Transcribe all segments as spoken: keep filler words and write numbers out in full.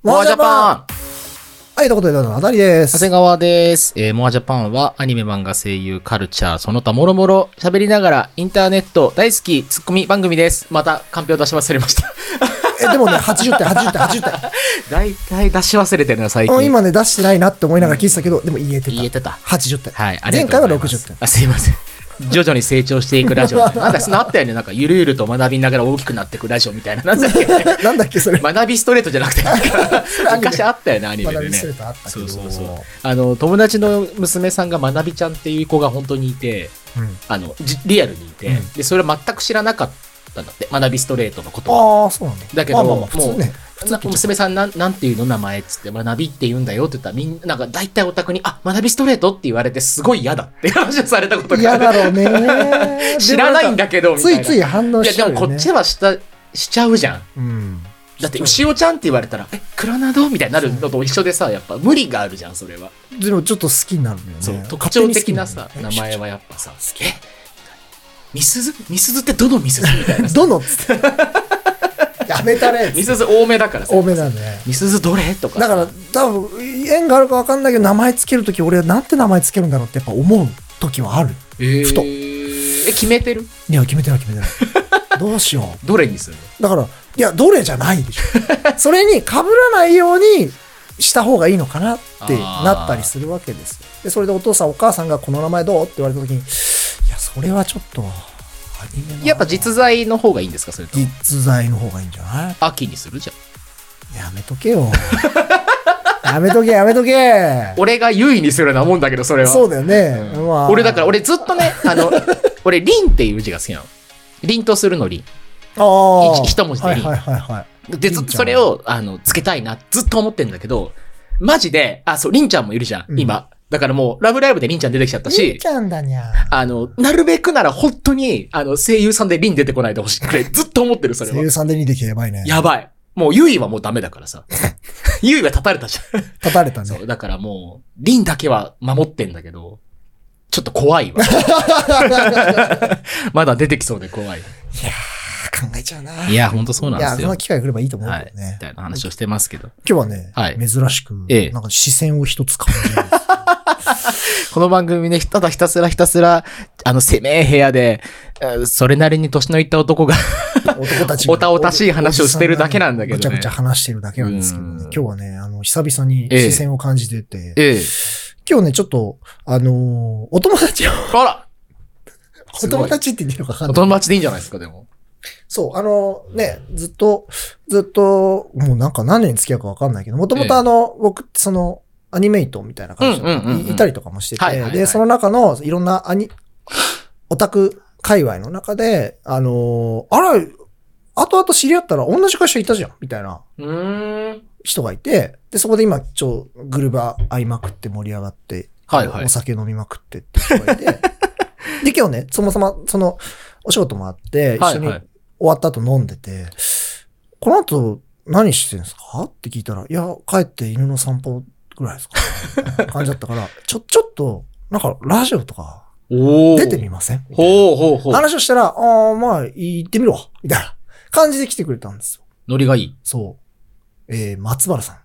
モアジャパン。 はい、ということで、どうも、あたりです。 長谷川です。えー、モアジャパンはアニメ、漫画、声優、カルチャー、その他もろもろ喋りながらインターネット大好きツッコミ番組です。また、カンペを出し忘れました。 え、でもね、はちじゅってん、はちじゅってん、はちじゅってん。 大体出し忘れてるな、最近。 今ね、出してないなって思いながら聞いてたけど、でも言えてた。 言えてた。 はちじゅってん。 はい、ありがとうございます。 前回はろくじゅってん。 あ、すいません。徐々に成長していくラジオ。なんだ、そのあったよね。なんか、ゆるゆると学びながら大きくなっていくラジオみたいな。なんだっけなんだっけ、それ。 学びストレートじゃなくて、昔あったよね、アニメでね。 学びストレートあったけど。 そうそうそう。あの、友達の娘さんが学びちゃんっていう子が本当にいて、うん、あの、リアルにいて、うん、で、それを全く知らなかったんだって。学びストレートのことは。ああ、そうなんだ。 だけど、 まあまあ普通ね、もう、 娘さんなん、なんていうの名前っつって、学びって言うんだよって言ったら、みんな、なんか大体オタクに、あ、学びストレートって言われて、すごい嫌だって話をされたことがある。 嫌だろうね。 知らないんだけど、みたいな。 ついつい反応しちゃうよね。 いや、でもこっちはした、しちゃうじゃん。うん。だって、牛尾ちゃんって言われたら、え、クラナドみたいになるのと一緒でさ、やっぱ無理があるじゃん、それは。 でもちょっと好きになるんだよね。 そう、特徴的なさ、名前はやっぱさ、え、みすずみすずってどのみすずみたいな。 どのっつって。やめたね。 みすず多めだからさ。 多めだね。 みすずどれとか。 だから、多分、縁があるか分かんないけど、名前つけるとき、俺はなんて名前つけるんだろうってやっぱ思うときはある。えー、ふと。 え、決めてる？ いや、決めてない、決めてない。どうしよう。どれにするの？だから、いや、どれじゃないでしょ。それに被らないようにした方がいいのかなってなったりするわけです。で、それでお父さん、お母さんがこの名前どうって言われたときに、いや、それはちょっと、 やっぱ実在の方がいいんですか？それと実在の方がいいんじゃない？ 秋にするじゃん。やめとけよ。やめとけ、やめとけ。 俺が優位にするようなもんだけど、それは。 そうだよね。 うんまあ、俺だから、俺ずっとね、あの、俺、凛っていう字が好きなの。凛とするの凛。ああ。一文字で凛。はいはいはい、はい。で、ずっとそれを、あの、つけたいな、ずっと思ってんだけど、マジで、あ、そう、凛ちゃんもいるじゃん、うん、今。だからもう、ラブライブでリンちゃん出てきちゃったし。 リンちゃんだにゃ。 あの、なるべくなら本当に、あの、声優さんでリン出てこないでほしいくらい、ずっと思ってる、それは。 声優さんでリンできやばいね。 やばい。もう、ユイはもうダメだからさ。ユイは立たれたじゃん。 立たれたね。 そう、だからもう、リンだけは守ってんだけど、ちょっと怖いわ。まだ出てきそうで怖い。いやー、考えちゃうな。 いや、ほんとそうなんですよ。いや、 その機会が来ればいいと思うけどね。はい、 みたいな話をしてますけど。 今日はね、はい、珍しく、ええ、なんか視線を一つ感じる。 この番組ね、ただひたすらひたすら、あの、狭い部屋で、それなりに年のいった男が、男たちが、おたおたしい話をしてるだけなんだけどね。 ぐちゃぐちゃ話してるだけなんですけどね。今日はね、あの、久々に視線を感じてて、ええ、今日ね、ちょっと、あのー、お友達を、 あらお友達って言ってるのかわかんない。 お友達でいいんじゃないですか、でも。 そう、あのね、ずっと、ずっと、もうなんか何年付き合うかわかんないけど、もともとあの、ええ、僕、その、アニメイトみたいな感じでいたりとかもしてて、で、その中のいろんなアニ、オタク界隈の中で、あのー、あら、後々知り合ったら同じ会社いたじゃんみたいな人がいて、で、そこで今、ちょ、グルーバー会いまくって盛り上がって、はいはい、お酒飲みまくってって人がいて、で、今日ね、そもそも、その、お仕事もあって、一緒に終わった後飲んでて、はいはい、この後何してんすかって聞いたら、いや、帰って犬の散歩ぐらいですかみたいな感じだったから、ちょ、ちょっと、なんか、ラジオとか、出てみませんほうほうほう。 話をしたら、ああ、まあ、行ってみろみたいな感じで来てくれたんですよ。 ノリがいい。 そう。えー、松原さん。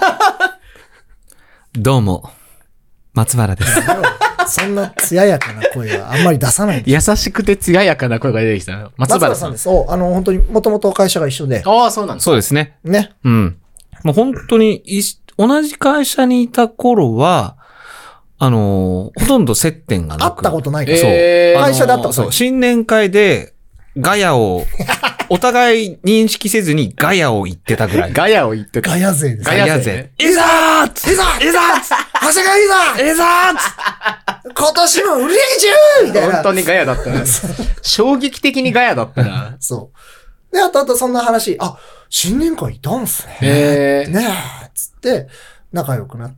どうも、松原です。 そんな艶やかな声はあんまり出さない優しくて艶やかな声が出てきた。松原さん。 松原さんです。お、あの、本当に、もともと会社が一緒で。 ああ、そうなんです。 そうですね。 ね。 うん。もう本当にいし、同じ会社にいた頃は、あのー、ほとんど接点がなく。 会ったことないから。 そう。 会社で会ったことない。 そう。新年会で、ガヤを、お互い認識せずにガヤを言ってたぐらい。 ガヤを言ってた。 ガヤ勢です。 ガヤ勢。 いざーいざいざ長谷川いざいざー今年も売り上げ中みたいな。 本当にガヤだったな。衝撃的にガヤだったな。 そう。で、あとあとそんな話、あ、新年会いたんすね。 へー。 ねえ、つって、仲良くなって、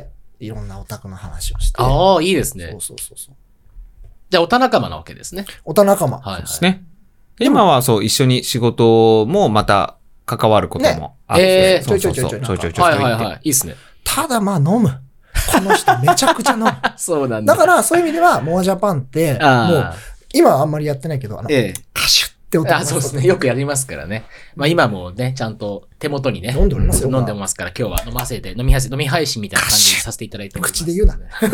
いろんなオタクの話をして。 ああ、いいですね。 そうそうそうそう。 じゃあ、オタ仲間なわけですね。 オタ仲間。 はい、はい。ですね。今はそう、一緒に仕事もまた関わることもあって。 ね、えー、 ちょいちょいちょいちょい。 ちょいちょいちょい。 はいはいはい。いいっすね。 ただまあ飲む。この人めちゃくちゃ飲む。 そうなんだ。 だからそういう意味では、モアジャパンって、もう、今はあんまりやってないけど、あの、ええ、カシュッって音あ、そうですね。よくやりますからね。まあ今もね、ちゃんと手元にね。 飲んでおりますよ。 飲んでますから、今日は飲ませて、飲み配信、飲み配信みたいな感じにさせていただいております。 口で言うな。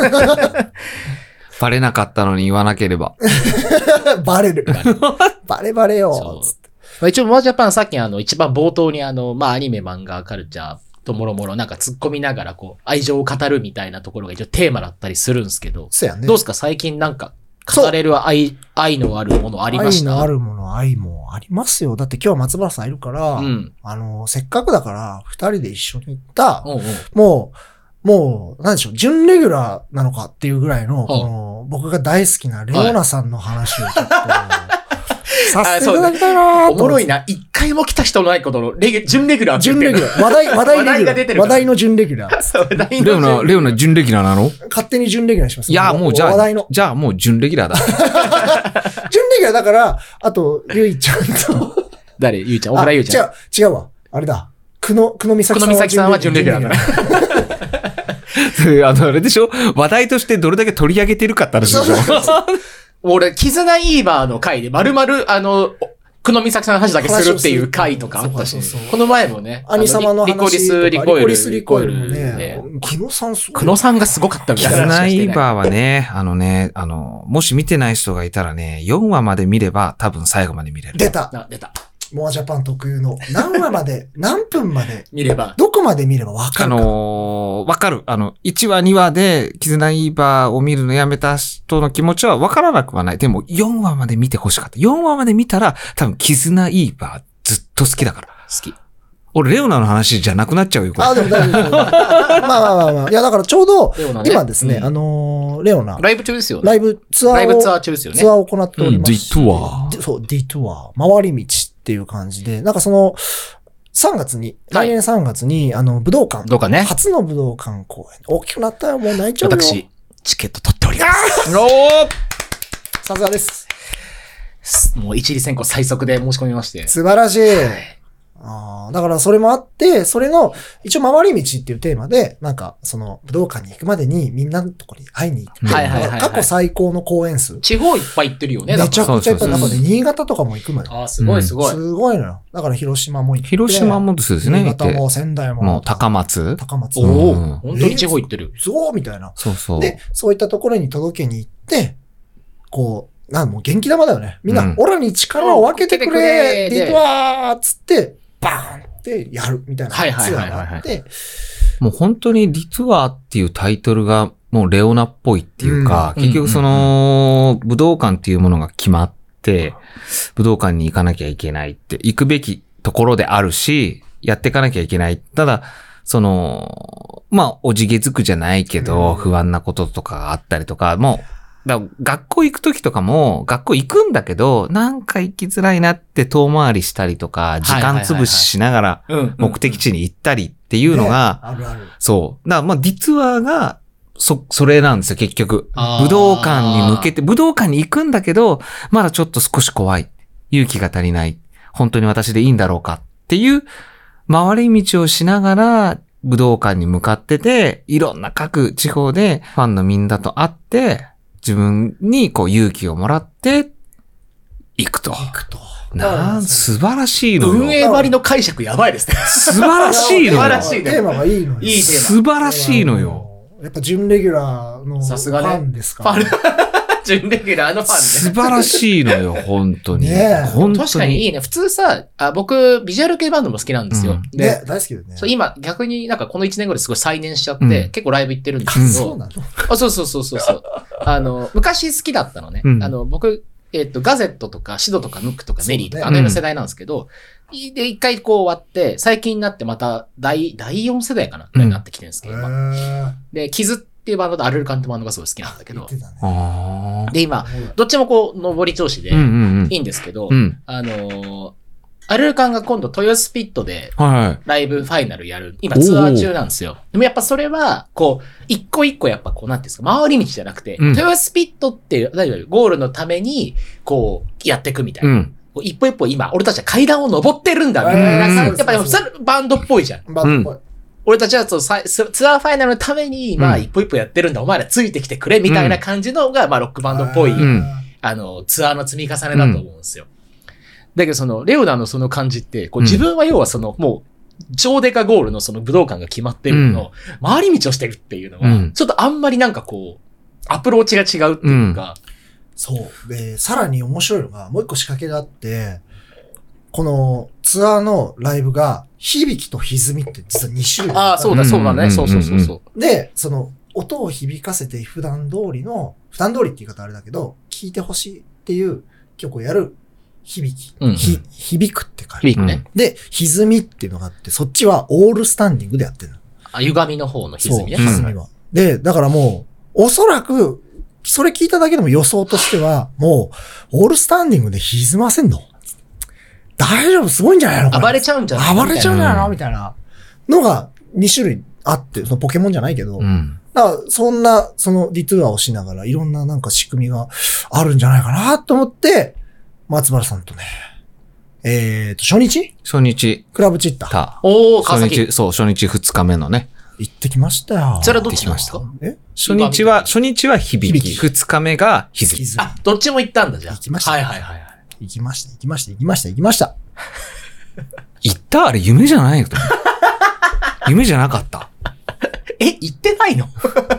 バレなかったのに言わなければ。 バレる。バレバレよ。 まあ、一応、モアジャパンさっきあの、一番冒頭にあの、まあアニメ、漫画、カルチャーともろもろなんか突っ込みながらこう、愛情を語るみたいなところが一応テーマだったりするんですけど。 そうやね。 どうですか最近なんか、語れる愛、愛のあるものありました？ 愛のあるもの、愛もありますよ。だって今日松原さんいるから、うん、あの、せっかくだから、二人で一緒に行った、うんうん、もう、もう、なんでしょう、準レギュラーなのかっていうぐらいの、この僕が大好きなレオナさんの話をちょっと、させていただきたいなーと。 おもろいな。一回も来た人のないことのレギュ、準レギュラーって準レギュラー。話題、話題レギュラー。話題が出てる。話題の準レギュラー。 そう、話題の。 レオナ、レオナ準レギュラーなの？ 勝手に準レギュラーします。 いや、もうじゃあ、 話題のじゃあもう準レギュラーだ。 準レギュラーだから、あと、ゆいちゃんと。 誰？ゆいちゃん、小倉ゆいちゃん。 違う、違うわ。あれだ。くの、くのみさきさん。 くのみさきさんは準レギュラーだ。 あの、あれでしょ？話題としてどれだけ取り上げてるかって話でしょ？ 俺、絆イーバーの回で、まるまる、あの、久野美咲さんの話だけするっていう回とかあったし、この前もね、 兄様の話リコリス、リコイル。 リコリス、リコイルもね。久野さんすごい。 久野さんがすごかったみたいな。 絆イーバーはね、あのね、あの、もし見てない人がいたらね、よんわまで見れば多分最後まで見れる。 出た。 出た。 モアジャパン特有の何話まで、何分まで見れば。 どこまで見ればわかるか。 あのー、わかる。あの、いちわ、にわで、絆イーバーを見るのやめた人の気持ちはわからなくはない。でも、よんわまで見てほしかった。よんわまで見たら、多分、絆イーバーずっと好きだから。 好き。 俺、レオナの話じゃなくなっちゃうよ、これ。 あ、でも大丈夫。まあまあまあまあ。いや、だからちょうど、ね、今ですね、うん、あのー、レオナ。 ライブ中ですよね。 ライブツアーを。 ライブツアー中ですよね。 ツアーを行っております。 ディトゥアー。そう、ディトゥアー。回り道っていう感じで、なんかその、さんがつに、来年さんがつに、あの、武道館。 武道館ね。 初の武道館公演。大きくなったよ、もう泣いちゃうよ。 私、チケット取っております。 おーさすがです。 もう一次選考最速で申し込みまして。 素晴らしい。ああ、だからそれもあって、それの、一応回り道っていうテーマで、なんか、その、武道館に行くまでにみんなのところに会いに行く。 はいはいはい、はい。 過去最高の公演数。 地方いっぱい行ってるよね。 めちゃくちゃいっぱい。中で新潟とかも行くのよ。 ああ、すごいすごい。 すごいのよ。だから広島も行って。 広島もですね。 新潟も仙台も。 もう高松高松。 おお、本当に地方行ってる。 そうみたいな。 そうそう。 で、そういったところに届けに行って、こう、なんもう元気玉だよね。みんな、オラに力を分けてくれディトワーっつって、バーンってやるみたいな。 はいはいはいはい。 もう本当にリトゥアーっていうタイトルがもうレオナっぽいっていうか、うん、結局その、武道館っていうものが決まって、武道館に行かなきゃいけないって、行くべきところであるし、やっていかなきゃいけない。ただ、その、まあ、おじげづくじゃないけど、うん、不安なこととかがあったりとか、もう、だ学校行くときとかも、学校行くんだけど、なんか行きづらいなって遠回りしたりとか、時間潰ししながら目的地に行ったりっていうのが、そう。だからまあ、ディツアーが、そ、それなんですよ、結局。武道館に向けて、武道館に行くんだけど、まだちょっと少し怖い。勇気が足りない。本当に私でいいんだろうかっていう、回り道をしながら、武道館に向かってて、いろんな各地方でファンのみんなと会って、自分にこう勇気をもらって、行くと。 行くと。 なん、素晴らしいのよ。 運営割の解釈やばいですね。 素晴らしいのよ。 素晴らしいね。 テーマがいいのよ。 いいテーマ。 素晴らしいのよ。 やっぱ準レギュラーのファンですか、 ね、ファン。準レギュラーのファンね。 素晴らしいのよ、本当に。 ね本当に。 確かにいいね。普通さ、あ僕、ビジュアル系バンドも好きなんですよ。うん、 で、ね、大好きだよね。 そう、今、逆になんかこのいちねんぐらいすごい再燃しちゃって、うん、結構ライブ行ってるんですけど。 そうなのあ、そうそうそうそうそう。あの、昔好きだったのね。うん、あの、僕、えっと、ガゼットとか、シドとかムックとかメリーとか、ね、あの辺の世代なんですけど、うん、で、一回こう終わって、最近になってまた、第、第よん世代かな、うん、になってきてるんですけど、今。で、キズっていうバンドとアルルカンってバンドがすごい好きなんだけど。 ね、 で、今、どっちもこう、上り調子で、いいんですけど、 うんうんうん、 あのー、アルルカンが今度、豊洲ピットで、ライブファイナルやる、今ツアー中なんですよ。でもやっぱそれは、こう、一個一個やっぱこう、なんていうんですか、回り道じゃなくて、うん、豊洲ピットっていう、例えばゴールのために、こう、やっていくみたいな。うん一歩一歩今、俺たちは階段を登ってるんだ、みたいな。やっぱりバンドっぽいじゃん。 バンドっぽい。 俺たちはそうツアーファイナルのために、まあ一歩一歩やってるんだ、お前らついてきてくれ、みたいな感じのが、まあロックバンドっぽい、あの、ツアーの積み重ねだと思うんですよ。 だけどその、レオナのその感じって、こう自分は要はその、もう、超デカゴールのその武道館が決まってるの、うん、回り道をしてるっていうのは、うん、ちょっとあんまりなんかこう、アプローチが違うっていうか。うん、 そう。で、さらに面白いのが、もう一個仕掛けがあって、このツアーのライブが、響きと歪みって実はに種類。 ああ、そうだ、そうだね。そうそうそうそう。 で、その、音を響かせて普段通りの、普段通りって言い方あれだけど、聴いてほしいっていう曲をやる響き。うんうん、ひ響くって感じ。 響くね。 で、歪みっていうのがあって、そっちはオールスタンディングでやってるの。 あ、歪みの方の歪みね。 そう、歪みは。で、だからもう、おそらく、それ聞いただけでも予想としては、もう、オールスタンディングで歪ませんの大丈夫すごいんじゃないの暴れちゃうんじゃない暴れちゃうんじゃないのみたいなのがに種類あって、そのポケモンじゃないけど、うん、だからそんな、そのディトゥアをしながらいろんななんか仕組みがあるんじゃないかなと思って、松原さんとね、えーと、初日初日。 クラブチッター。 おー、川崎。 初日、そう、初日二日目のね。 行ってきましたよ。 それはどっちなんですか？ え初日は、初日は響き。二日目が歪み。 あ、どっちも行ったんだじゃあ。 行きました。 はいはいはい。 行きました、行きました、行きました、行きました。 行ったあれ夢じゃないよ。夢じゃなかった。 え、行ってないの？あ、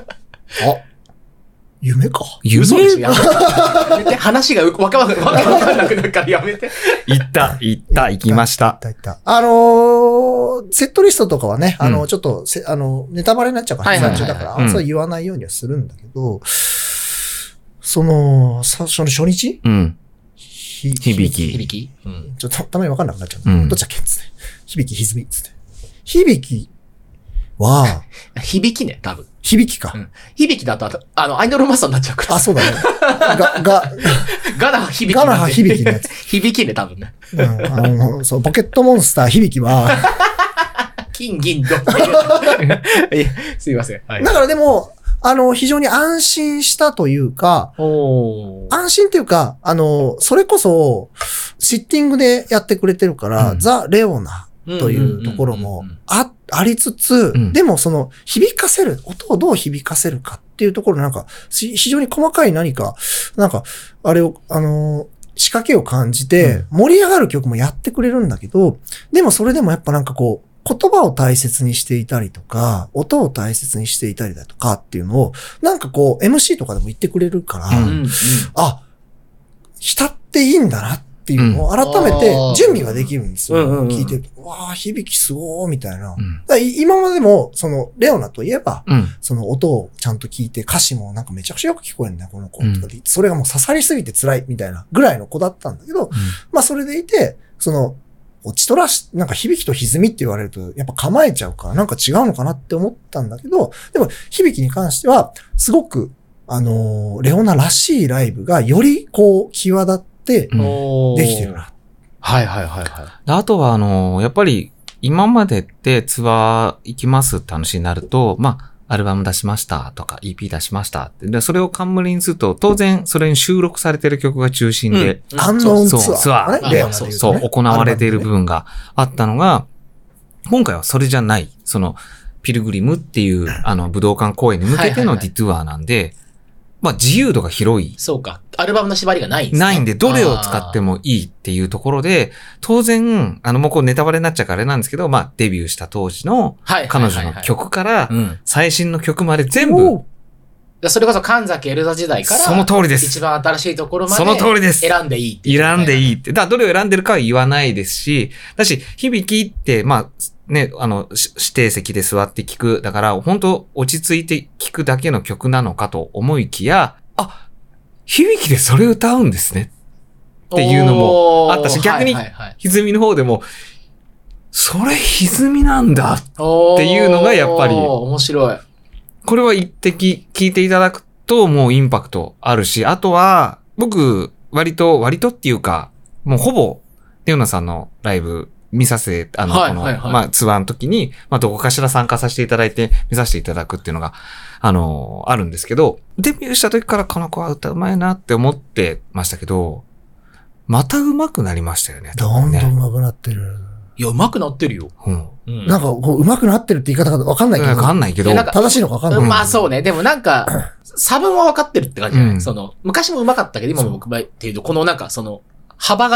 夢か。 夢でしょやめて。話がわかわかんなくなるからやめて。 行った、行った、行きました。 行った、行った。あのー、セットリストとかはね、あの、うん、ちょっとせ、あの、ネタバレになっちゃうから、中だから、そう言わないようにはするんだけど、その、さ、その初日うん。 ひ、 響き。 響き、うん、 ちょっとたまにわかんなくなっちゃう。うん、どっちだっけつって。響き、歪みつって。響きは、 響きね、多分。 響きか。うん、 響きだと、あの、アイドルマスターになっちゃうから。 あ、そうだね。が、が、 ガナハ響き。 ガナハ響きのやつ。 響きね、多分ね。 うん。あの、そう、ポケットモンスター響きは、 金銀銅。すいません。はい、 だからでも、あの、非常に安心したというか、安心っていうか、あの、それこそ、シッティングでやってくれてるから、うん、ザ・レオナというところもあ、ありつつ、うん、でもその、響かせる、音をどう響かせるかっていうところなんか、非常に細かい何か、なんか、あれを、あの、仕掛けを感じて、盛り上がる曲もやってくれるんだけど、でもそれでもやっぱなんかこう、言葉を大切にしていたりとか、音を大切にしていたりだとかっていうのを、なんかこう、エムシー とかでも言ってくれるから、うんうん、あ、浸っていいんだなっていうのを改めて準備ができるんですよ。うん、聞いてると、わあ、響きすごーみたいな。うん、だ今までも、その、レオナといえば、うん、その音をちゃんと聞いて、歌詞もなんかめちゃくちゃよく聞こえるんだよ、この子とかで、うん。それがもう刺さりすぎて辛いみたいなぐらいの子だったんだけど、うん、まあそれでいて、その、落ちとらし、なんか響きと歪みって言われると、やっぱ構えちゃうから、なんか違うのかなって思ったんだけど、でも、響きに関しては、すごく、あのー、レオナらしいライブが、よりこう、際立って、できてるな。うん、 はいはいはいはい。 あとは、あのー、やっぱり、今までってツアー行きますって話になると、まあ、アルバム出しましたとか イーピー 出しましたって。で、それを冠にすると、当然それに収録されてる曲が中心で、 うん、アンノーンツアー。 そう、ツアー。ね、そう、そう、行われている部分があったのが、今回はそれじゃない、その、ピルグリムっていう、あの、武道館公演に向けてのディトゥアーなんで、まあ自由度が広い。 そうか。アルバムの縛りがないんですね。 ないんで、どれを使ってもいいっていうところで、当然、あの、もうこうネタバレになっちゃうからあれなんですけど、まあデビューした当時の彼女の曲から最新の曲まで全部、 それこそ神崎エルザ時代から、 その通りです。 一番新しいところまで、 その通りです。 選んでいいっていう。 選んでいいって。だからどれを選んでるかは言わないですし、だし、響きって、まあ、ね、あの、指定席で座って聴く。だから、本当落ち着いて聴くだけの曲なのかと思いきや、あ、響きでそれ歌うんですね。っていうのもあったし、逆に、歪みの方でも、それ歪みなんだっていうのがやっぱり、 面白い。 これは一滴聞いていただくともうインパクトあるし、あとは、僕、割と、割とっていうか、もうほぼ、レオナさんのライブ見させ、あの、この、まあ、ツアーの時に、まあ、どこかしら参加させていただいて、見させていただくっていうのが、あの、あるんですけど、デビューした時からこの子は歌うまいなって思ってましたけど、また上手くなりましたよね。 どんどん上手くなってる。 いや、上手くなってるよ。 うん。 うん、なんか、こう、上手くなってるって言い方がわかんないけど。 わかんないけど。 正しいのかわかんない。 まあそうね。でもなんか、差分は分かってるって感じじゃない、うん、その、昔も上手かったけど、今も僕っていうと、このなんか、その、幅が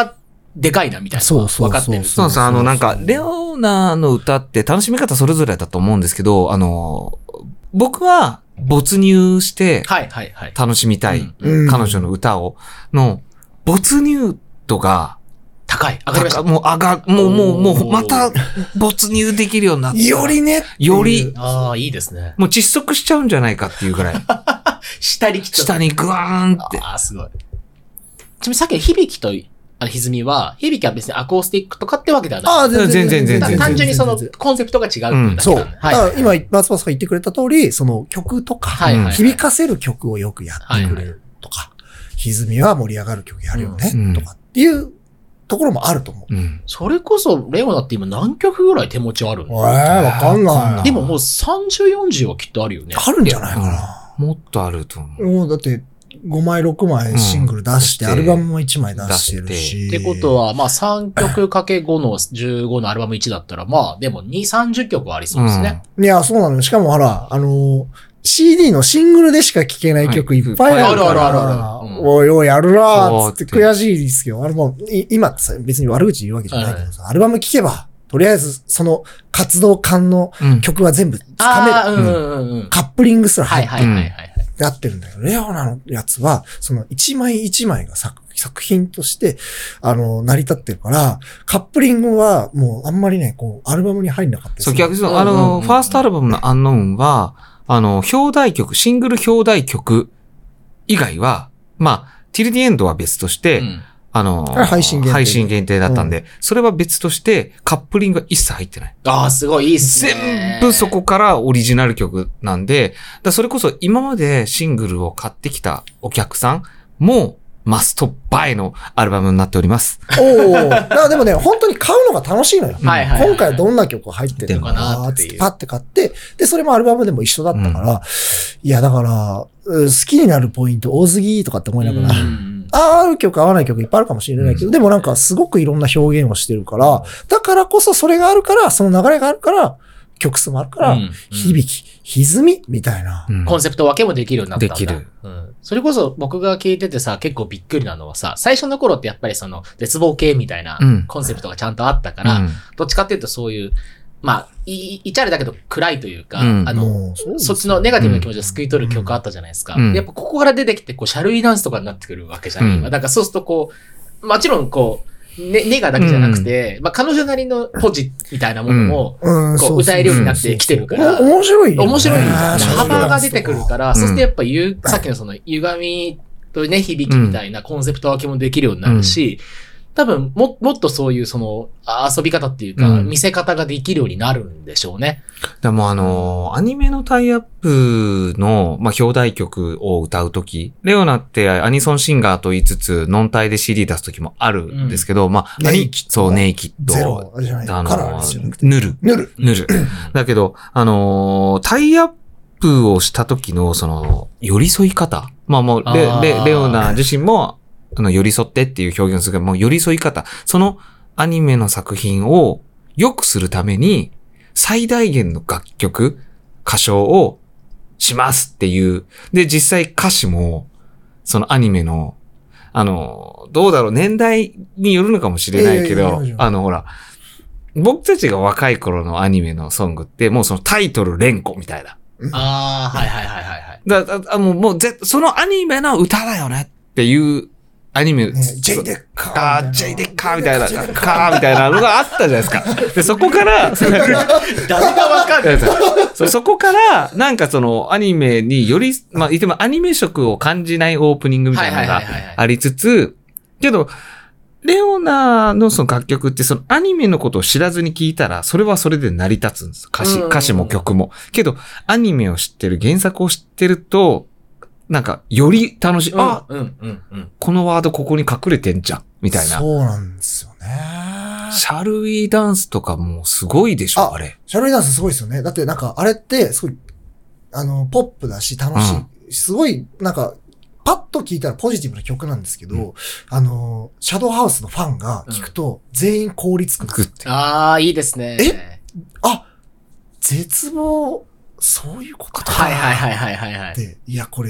でかいなみたいなのが分かってる。 そうそう、あのなんか、レオナの歌って楽しみ方それぞれだと思うんですけど、あの、僕は没入して楽しみたい、彼女の歌を、の、没入度が、 高い。上がりました。 もう上が、もう、もう、もう、また、没入できるようになって。 よりね。 より。 ああ、いいですね。 もう窒息しちゃうんじゃないかっていうぐらい。 下に来ちゃう。 下にグワーンって。 ああ、すごい。ちなみにさっきの響きと、あの、歪みは、響きは別にアコースティックとかってわけではない。 ああ、全然全然全然。 単純にその、コンセプトが違うっていうだけなんで。 そう。はい。今、松本さんが言ってくれた通り、その曲とか、響かせる曲をよくやってくれるとか、歪みは盛り上がる曲やるよね、とかっていう、ところもあると思う。うん、 それこそ、レオナって今何曲ぐらい手持ちあるの？ えー、わかんない。 でももうさんじゅう、よんじゅうはきっとあるよね。 あるんじゃないかな。 もっとあると思う。 もうだって、ごまい、ろくまいシングル出して、うん、アルバムもいちまい出してるし。 ってことは、まあさんきょくかけごのじゅうごのアルバムいちだったら、まあでもに、さんじゅっきょくはありそうですね。 うん、いや、そうなのよ。しかもほら、あのー、シーディー のシングルでしか聴けない曲いっぱいあるから、はい、あるあるあるある。おいおい、やるなーつって悔しいですけど、あれも、今さ、別に悪口言うわけじゃないけどさ、はい、アルバム聴けば、とりあえず、その活動感の曲は全部つかめる。うんうん、カップリングすら入ってる。はいはいはいはい。なってるんだけど、レオナのやつは、その一枚一枚が作、作品として、あの、成り立ってるから、カップリングはもうあんまりね、こう、アルバムに入んなかった。 そう、逆に、あの、ファーストアルバムのアンノーンは、あの、表題曲、シングル表題曲以外は、まあ、ティルディエンドは別として、うん、あの、 配信限定。 配信限定だったんで、うん、それは別として、カップリングが一切入ってない。 ああ、すごいいいっすね。 全部そこからオリジナル曲なんで、だそれこそ今までシングルを買ってきたお客さんも、マストバイのアルバムになっております。 おお。だからでもね、本当に買うのが楽しいのよ。はいはいはい、今回はどんな曲入ってるのかなってパッて買って、で、それもアルバムでも一緒だったから、うん、いや、だから、好きになるポイント多すぎとかって思いながら、ああ、合う曲合わない曲いっぱいあるかもしれないけど、うん、でもなんかすごくいろんな表現をしてるから、だからこそそれがあるから、その流れがあるから、曲数もあるから、うん、響き、歪みみたいな、 うん。コンセプト分けもできるようになったんだ。 できる。 うん。それこそ僕が聞いててさ、結構びっくりなのはさ、最初の頃ってやっぱりその絶望系みたいなコンセプトがちゃんとあったから、うん、どっちかっていうとそういう、まあ、い、いちゃれだけど暗いというか、うん、あの、そっちのネガティブな気持ちを救い取る曲あったじゃないですか。うん、やっぱここから出てきて、こう、シャルウィーダンスとかになってくるわけじゃない。うん、だからそうするとこう、もちろんこう、ね、ネガだけじゃなくて、うん、まあ彼女なりのポジみたいなものも、こう歌えるようになってきてるから、 面白いよ、ね。 面白い。幅が出てくるから、そしてやっぱゆ、さっきのその歪みとね、響きみたいなコンセプト分けもできるようになるし、多分も、もっとそういうその遊び方っていうか、見せ方ができるようになるんでしょうね。 でもあの、アニメのタイアップの、まあ、表題曲を歌うとき、レオナってアニソンシンガーと言いつつ、ノンタイで シーディー 出すときもあるんですけど、うん、まあ、 ネイキッド。 そう、ネイキッド。 ゼロじゃない。 あの、 ぬる。 ぬる。ぬる。だけど、あの、タイアップをしたときの、その、寄り添い方。まあもうレ、レ、レオナ自身も、あの、寄り添ってっていう表現をするけど、もう寄り添い方。そのアニメの作品を良くするために、最大限の楽曲、歌唱をしますっていう。で、実際歌詞も、そのアニメの、あの、どうだろう、年代によるのかもしれないけど、あの、ほら、僕たちが若い頃のアニメのソングって、もうそのタイトル連呼みたいな。 ああ、はいはいはいはい。 だだもう、もうぜ、そのアニメの歌だよねっていうアニメ、 ね、ジェイデッカー。 あー、ジェイデッカーみたいな、カーみたいなのがあったじゃないですか。で、そこから、 誰がわかるそ, そこから、なんかそのアニメにより、まあ言ってもアニメ色を感じないオープニングみたいなのがありつつ、けど、レオナのその楽曲ってそのアニメのことを知らずに聞いたら、それはそれで成り立つんです。歌詞、歌詞も曲も。けど、アニメを知ってる、原作を知ってると、なんか、より楽しい。うん、あ、うんうんうん、このワードここに隠れてんじゃん。みたいな。 そうなんですよね。 シャルウィーダンスとかもすごいでしょ、あ, あれ。 シャルウィーダンスすごいですよね。だってなんか、あれって、すごい、あの、ポップだし、楽しい。うん、すごい、なんか、パッと聞いたらポジティブな曲なんですけど、うん、あの、シャドウハウスのファンが聞くと、全員凍りつく。 くって。 ああ、いいですね。 えあ、絶望、そういうことか。 はいはいはいはいはい、はい。 で、いや、これきっ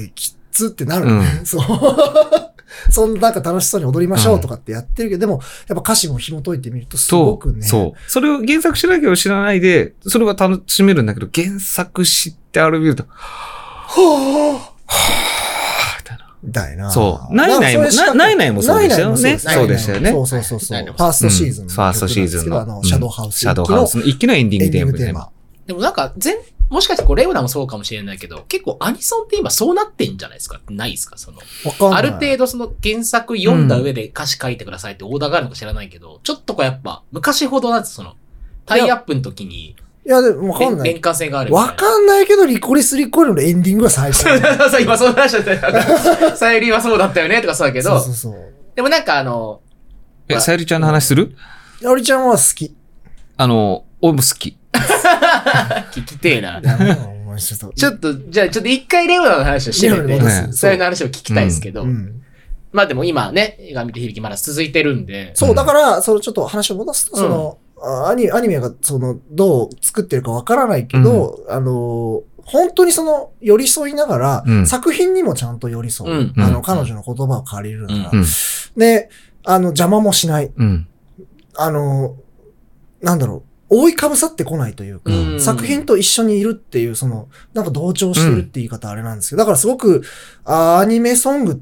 つってなる、ね、うん、そう。そんななんか楽しそうに踊りましょうとかってやってるけど、うん、でも、やっぱ歌詞も紐解いてみるとすごくね。 そう。そう。それを原作知らなきゃ知らないで、それは楽しめるんだけど、原作知ってある見ると、はぁ、はぁ、みたいな。 みたいな。 そう。ないないも、ないないもそうでしたよね。そうでしたよね。 そうそうそうそう。ファーストシーズンの、 ファーストシーズンの。 あの、シャドウハウス。 シャドウハウスの一気のエンディングテーマ。テーマでもなんか、全、もしかしてこれレオナもそうかもしれないけど、結構アニソンって今そうなってんじゃないですか？ないですか？その、ある程度その原作読んだ上で歌詞書いてくださいってオーダーがあるのか知らないけど、うん、ちょっとこうやっぱ、昔ほどなんですその、タイアップの時に、 いや、でもわかんない。 連関性がある。 わかんないけど、リコリスリコリのエンディングは最初。 そうそうそう、今そう話しちゃったよ。さゆりはそうだったよねとかそうだけど、 そうそうそう。 でもなんかあの、 え、さゆりちゃんの話する？ さゆりちゃんは好き。 あの、俺も好き。 聞きてえな。ちょっと、ちょっと、じゃあちょっと一回レオナの話をしてみて、そういう話を聞きたいですけど、うんうん、まあでも今ね、映画見て響きまだ続いてるんで。 そう、だから、そのちょっと話を戻すと、その、うん、アニ、アニメがその、どう作ってるかわからないけど、うん、あの、本当にその、寄り添いながら、うん、作品にもちゃんと寄り添う。うん、あの、彼女の言葉を借りるなら、うん、で、あの、邪魔もしない。うん、あの、なんだろう。覆いかぶさってこないというか、うん、作品と一緒にいるっていう、その、なんか同調してるって言い方あれなんですけど、だからすごく、あアニメソングって、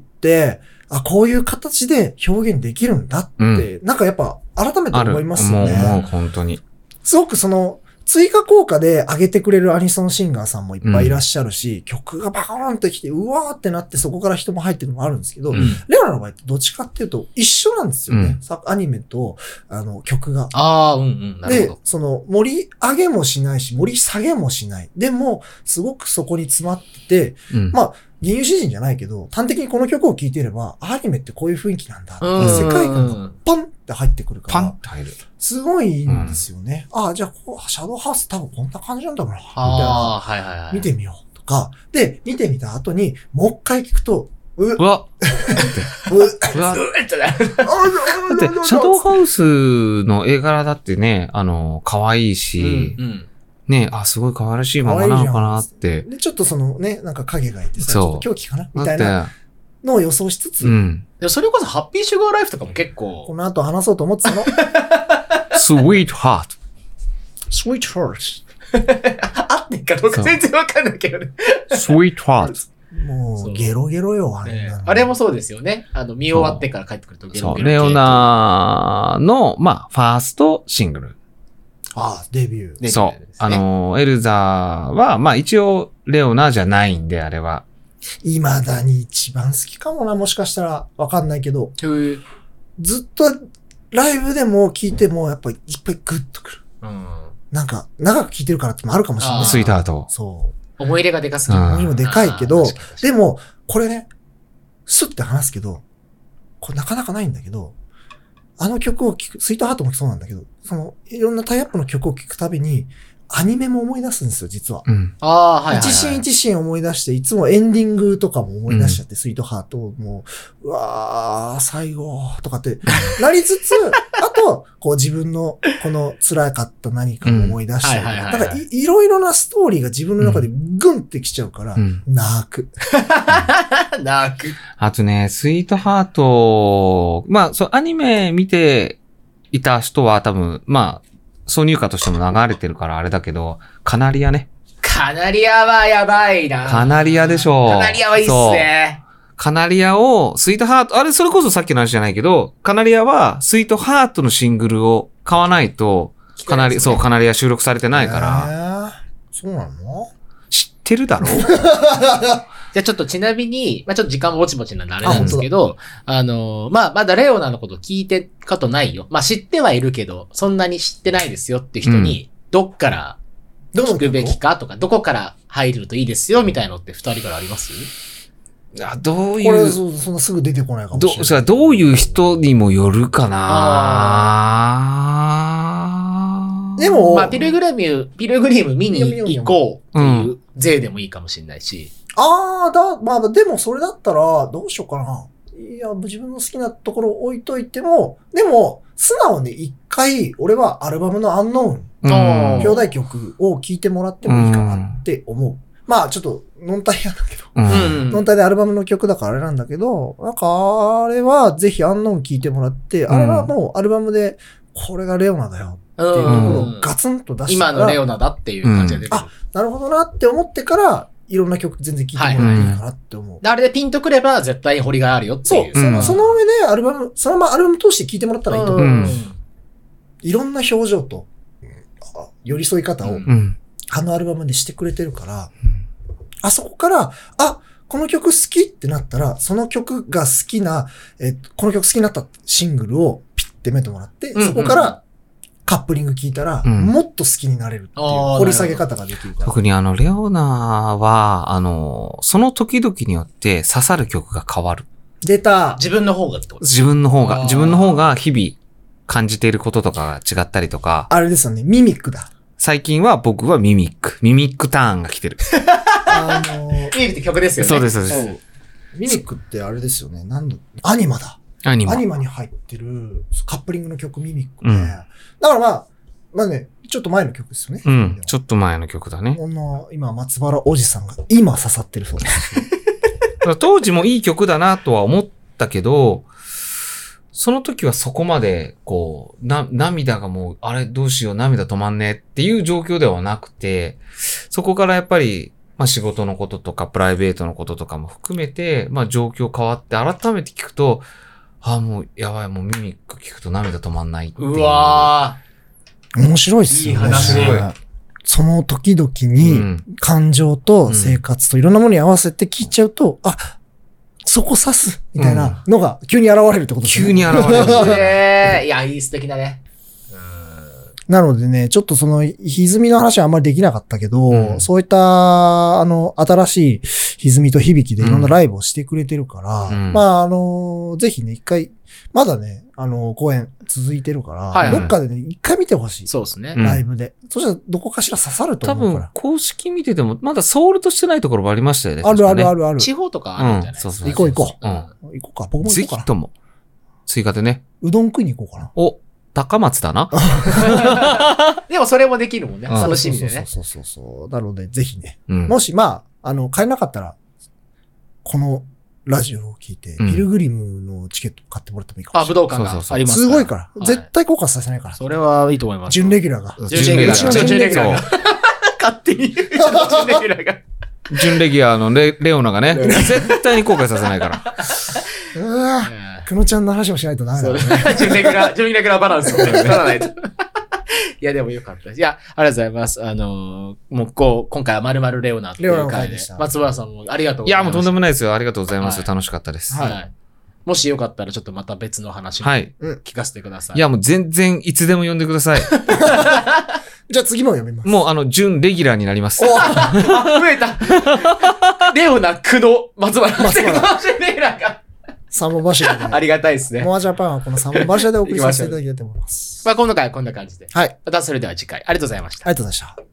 あ、こういう形で表現できるんだって、うん、なんかやっぱ改めて思いますよね。 もう、もう本当に。 すごくその、追加効果で上げてくれるアニソンシンガーさんもいっぱいいらっしゃるし、うん、曲がバーンってきて、うわーってなってそこから人も入ってるのもあるんですけど、うん、レオナの場合ってどっちかっていうと一緒なんですよね。うん、アニメと、あの、曲が。 ああ、うんうん、なるほど。 で、その、盛り上げもしないし、盛り下げもしない。でも、すごくそこに詰まってて、うん、まあ、銀融詩人じゃないけど、端的にこの曲を聴いていれば、アニメってこういう雰囲気なんだ。世界観がパンって入ってくるから。 パンって入る。 すごいいいんですよね。うん、ああ、じゃあこう、シャドウハウス多分こんな感じなんだろうな。みたいな。 はいはいはい。 見てみようとか。で、見てみた後に、もう一回聞くと、 う、うわうわだって、シャドウハウスの絵柄だってね、あの、可愛いし、うんうんねあ、すごい可愛らしい漫画なのかなって。 で、ちょっとそのね、なんか影がいてさ、ちょっと狂気かなみたいなのを予想しつつ。うん。 それこそハッピーシュガーライフとかも結構。 この後話そうと思ってたの。 スイートハート。 スイートハート。合ってんかどうか全然わかんないけどね。 スイートハート。 もう、ゲロゲロよ、あれ、 ね。あれもそうですよね。あの、見終わってから帰ってくるとゲロゲロ。 そう、レオナの、まあ、ファーストシングル。 ああ、デビュー。 そう。ね、あの、エルザは、まあ一応、レオナじゃないんで、あれは。 未だに一番好きかもな、もしかしたら。わかんないけど。ずっと、ライブでも聴いても、やっぱりいっぱいグッとくる。うん、なんか、長く聴いてるからってもあるかもしれない。 スイートハート。 そう。 思い入れがでかすぎる。 思い入れもでかいけど、でも、これね、スッて話すけど、これなかなかないんだけど、あの曲を聴く、スイートハートもそうなんだけど、その、いろんなタイアップの曲を聴くたびに、アニメも思い出すんですよ、実は。うん、ああ、はいはい、はい。一シーン一シーン思い出して、いつもエンディングとかも思い出しちゃって、うん、スイートハートもう、うわー、最後、とかって、なりつつ、あと、こう自分の、この辛かった何かも思い出したりとか、だからい、いろいろなストーリーが自分の中でグンってきちゃうから、うん、泣く。 泣く。 あとね、スイートハート、まあ、そう、アニメ見ていた人は多分、まあ、挿入歌としても流れてるからあれだけど、カナリアね。 カナリアはやばいな。 カナリアでしょ。 カナリアはいいっすね。 カナリアを、スイートハート、あれそれこそさっきの話じゃないけど、カナリアはスイートハートのシングルを買わないと、カナリ、そう、カナリア収録されてないから。 えー、そうなの？ 知ってるだろ？ じゃあちょっとちなみに、まあちょっと時間ぼちぼちなんであれなんですけど、あ, あのー、まあまだレオナのこと聞いてかとないよ。まあ知ってはいるけど、そんなに知ってないですよって人に、どっから聞くべきかとか、どこから入るといいですよみたいなのって二人からあります？ あどういう。 これそ、そんなすぐ出てこないかもしれない。 ど、それはどういう人にもよるかな。 でも、 まあピルグラム、ピルグリム見に行こうっていう税でもいいかもしれないし。 ああ、だ、まあでもそれだったら、どうしようかな。いや、自分の好きなところを置いといても、でも、素直に一回、俺はアルバムのアンノーン、表題曲を聴いてもらってもいいかなって思う。 まあちょっと、ノンタイヤだけど。 うん。 ノンタイでアルバムの曲だからあれなんだけど、なんか、あれはぜひアンノーン聴いてもらって、あれはもうアルバムで、これがレオナだよっていうところをガツンと出して、 今のレオナだっていう感じで出てる。 あ、なるほどなって思ってから、いろんな曲全然聴いてもらっていいかなって思う。 あれでピンとくれば絶対掘りがあるよっていう。 そう。その、その上でアルバム、そのままアルバム通して聴いてもらったらいいと思う。うん、いろんな表情と、寄り添い方を、うん、あのアルバムでしてくれてるから、うん、あそこから、あ、この曲好きってなったら、その曲が好きな、え、この曲好きになったシングルをピッてめてもらって、うんうん、そこからカップリング聞いたら、うん、もっと好きになれるっていう掘り下げ方ができるから。 特にあの、レオナは、あの、その時々によって刺さる曲が変わる。 出た。 自分の方がってことですか？自分の方が、自分の方が日々感じていることとかが違ったりとか。 あれですよね、ミミックだ。 最近は僕はミミック。ミミックターンが来てる。 あのー、ミミックって曲ですよね。 そうです、そうです。 ミミックってあれですよね。なんだ、アニマだ。 アニマ。 アニマに入ってるカップリングの曲ミミックで。うん、だからまあ、まあね、ちょっと前の曲ですよね。 うん。ちょっと前の曲だね。 この、今、松原おじさんが今刺さってるそうです。 当時もいい曲だなとは思ったけど、その時はそこまで、こう、な、涙がもう、あれどうしよう、涙止まんねえっていう状況ではなくて、そこからやっぱり、まあ仕事のこととか、プライベートのこととかも含めて、まあ状況変わって、改めて聞くと、ああ、もう、やばい、もうミミック聞くと涙止まんないっていう。 うわー。面白いっすよね。いい話。その時々に、感情と生活といろんなものに合わせて聞いちゃうと、うん、あ、そこ刺すみたいなのが急に現れるってことですね。 急に現れる。 えー、いや、いい素敵だね。 なのでね、ちょっとその、歪みの話はあんまりできなかったけど、うん、そういった、あの、新しい歪みと響きでいろんなライブをしてくれてるから、うん、まあ、あの、ぜひね、一回、まだね、あの、公演続いてるから、はいはい、どっかでね、一回見てほしい。 そうですね。 ライブで。うん、そしたらどこかしら刺さると思うから。 多分、公式見てても、まだソールドしてないところもありましたよね。 あるあるあるある。 地方とかあるんじゃないですか。うん、そうそうそう。行こう行こう。うん。行こうか。僕も行こうかな。 ぜひとも。追加でね。 うどん食いに行こうかな。 お、高松だな。 でもそれもできるもんね。楽しみでね。 そうそうそうそう。なので、ぜひね。うん、もし、まあ、あの、買えなかったら、このラジオを聞いて、うん、ピルグリムのチケット買ってもらってもいいかもしれない。 あ、武道館があります。 すごいから。はい、絶対後悔させないから。 それはいいと思います。 準レギュラーが。 準レギュラーが。準レギュラーが。勝手に。準レギュラーが。 準レギュラーの レ, レオナがね、絶対に後悔させないから。 うわぁ、くのちゃんの話もしないとダメだね。 準レギュラー、準レギュラーバランスを取らないと。いや、でもよかったです。いや、ありがとうございます。あのー、もう、こう、今回は〇〇レオナっていう回で、松原さんもありがとうございます。 いや、もうとんでもないですよ。ありがとうございます。はい、楽しかったです。 はい。はい、もしよかったら、ちょっとまた別の話も聞かせてください。 はい、いや、もう全然いつでも呼んでください。 じゃあ次も読みます。 もう、あの、準レギュラーになります。 おあ、増えた。レオナ、久野、松原。松原。準レギュラーが。 サンボ柱で。 ありがたいですね。 モアジャパンはこのサンボ柱でお送りさせていただきたいと思います。 まあ、今度からこんな感じで。 はい。 またそれでは次回、ありがとうございました。 ありがとうございました。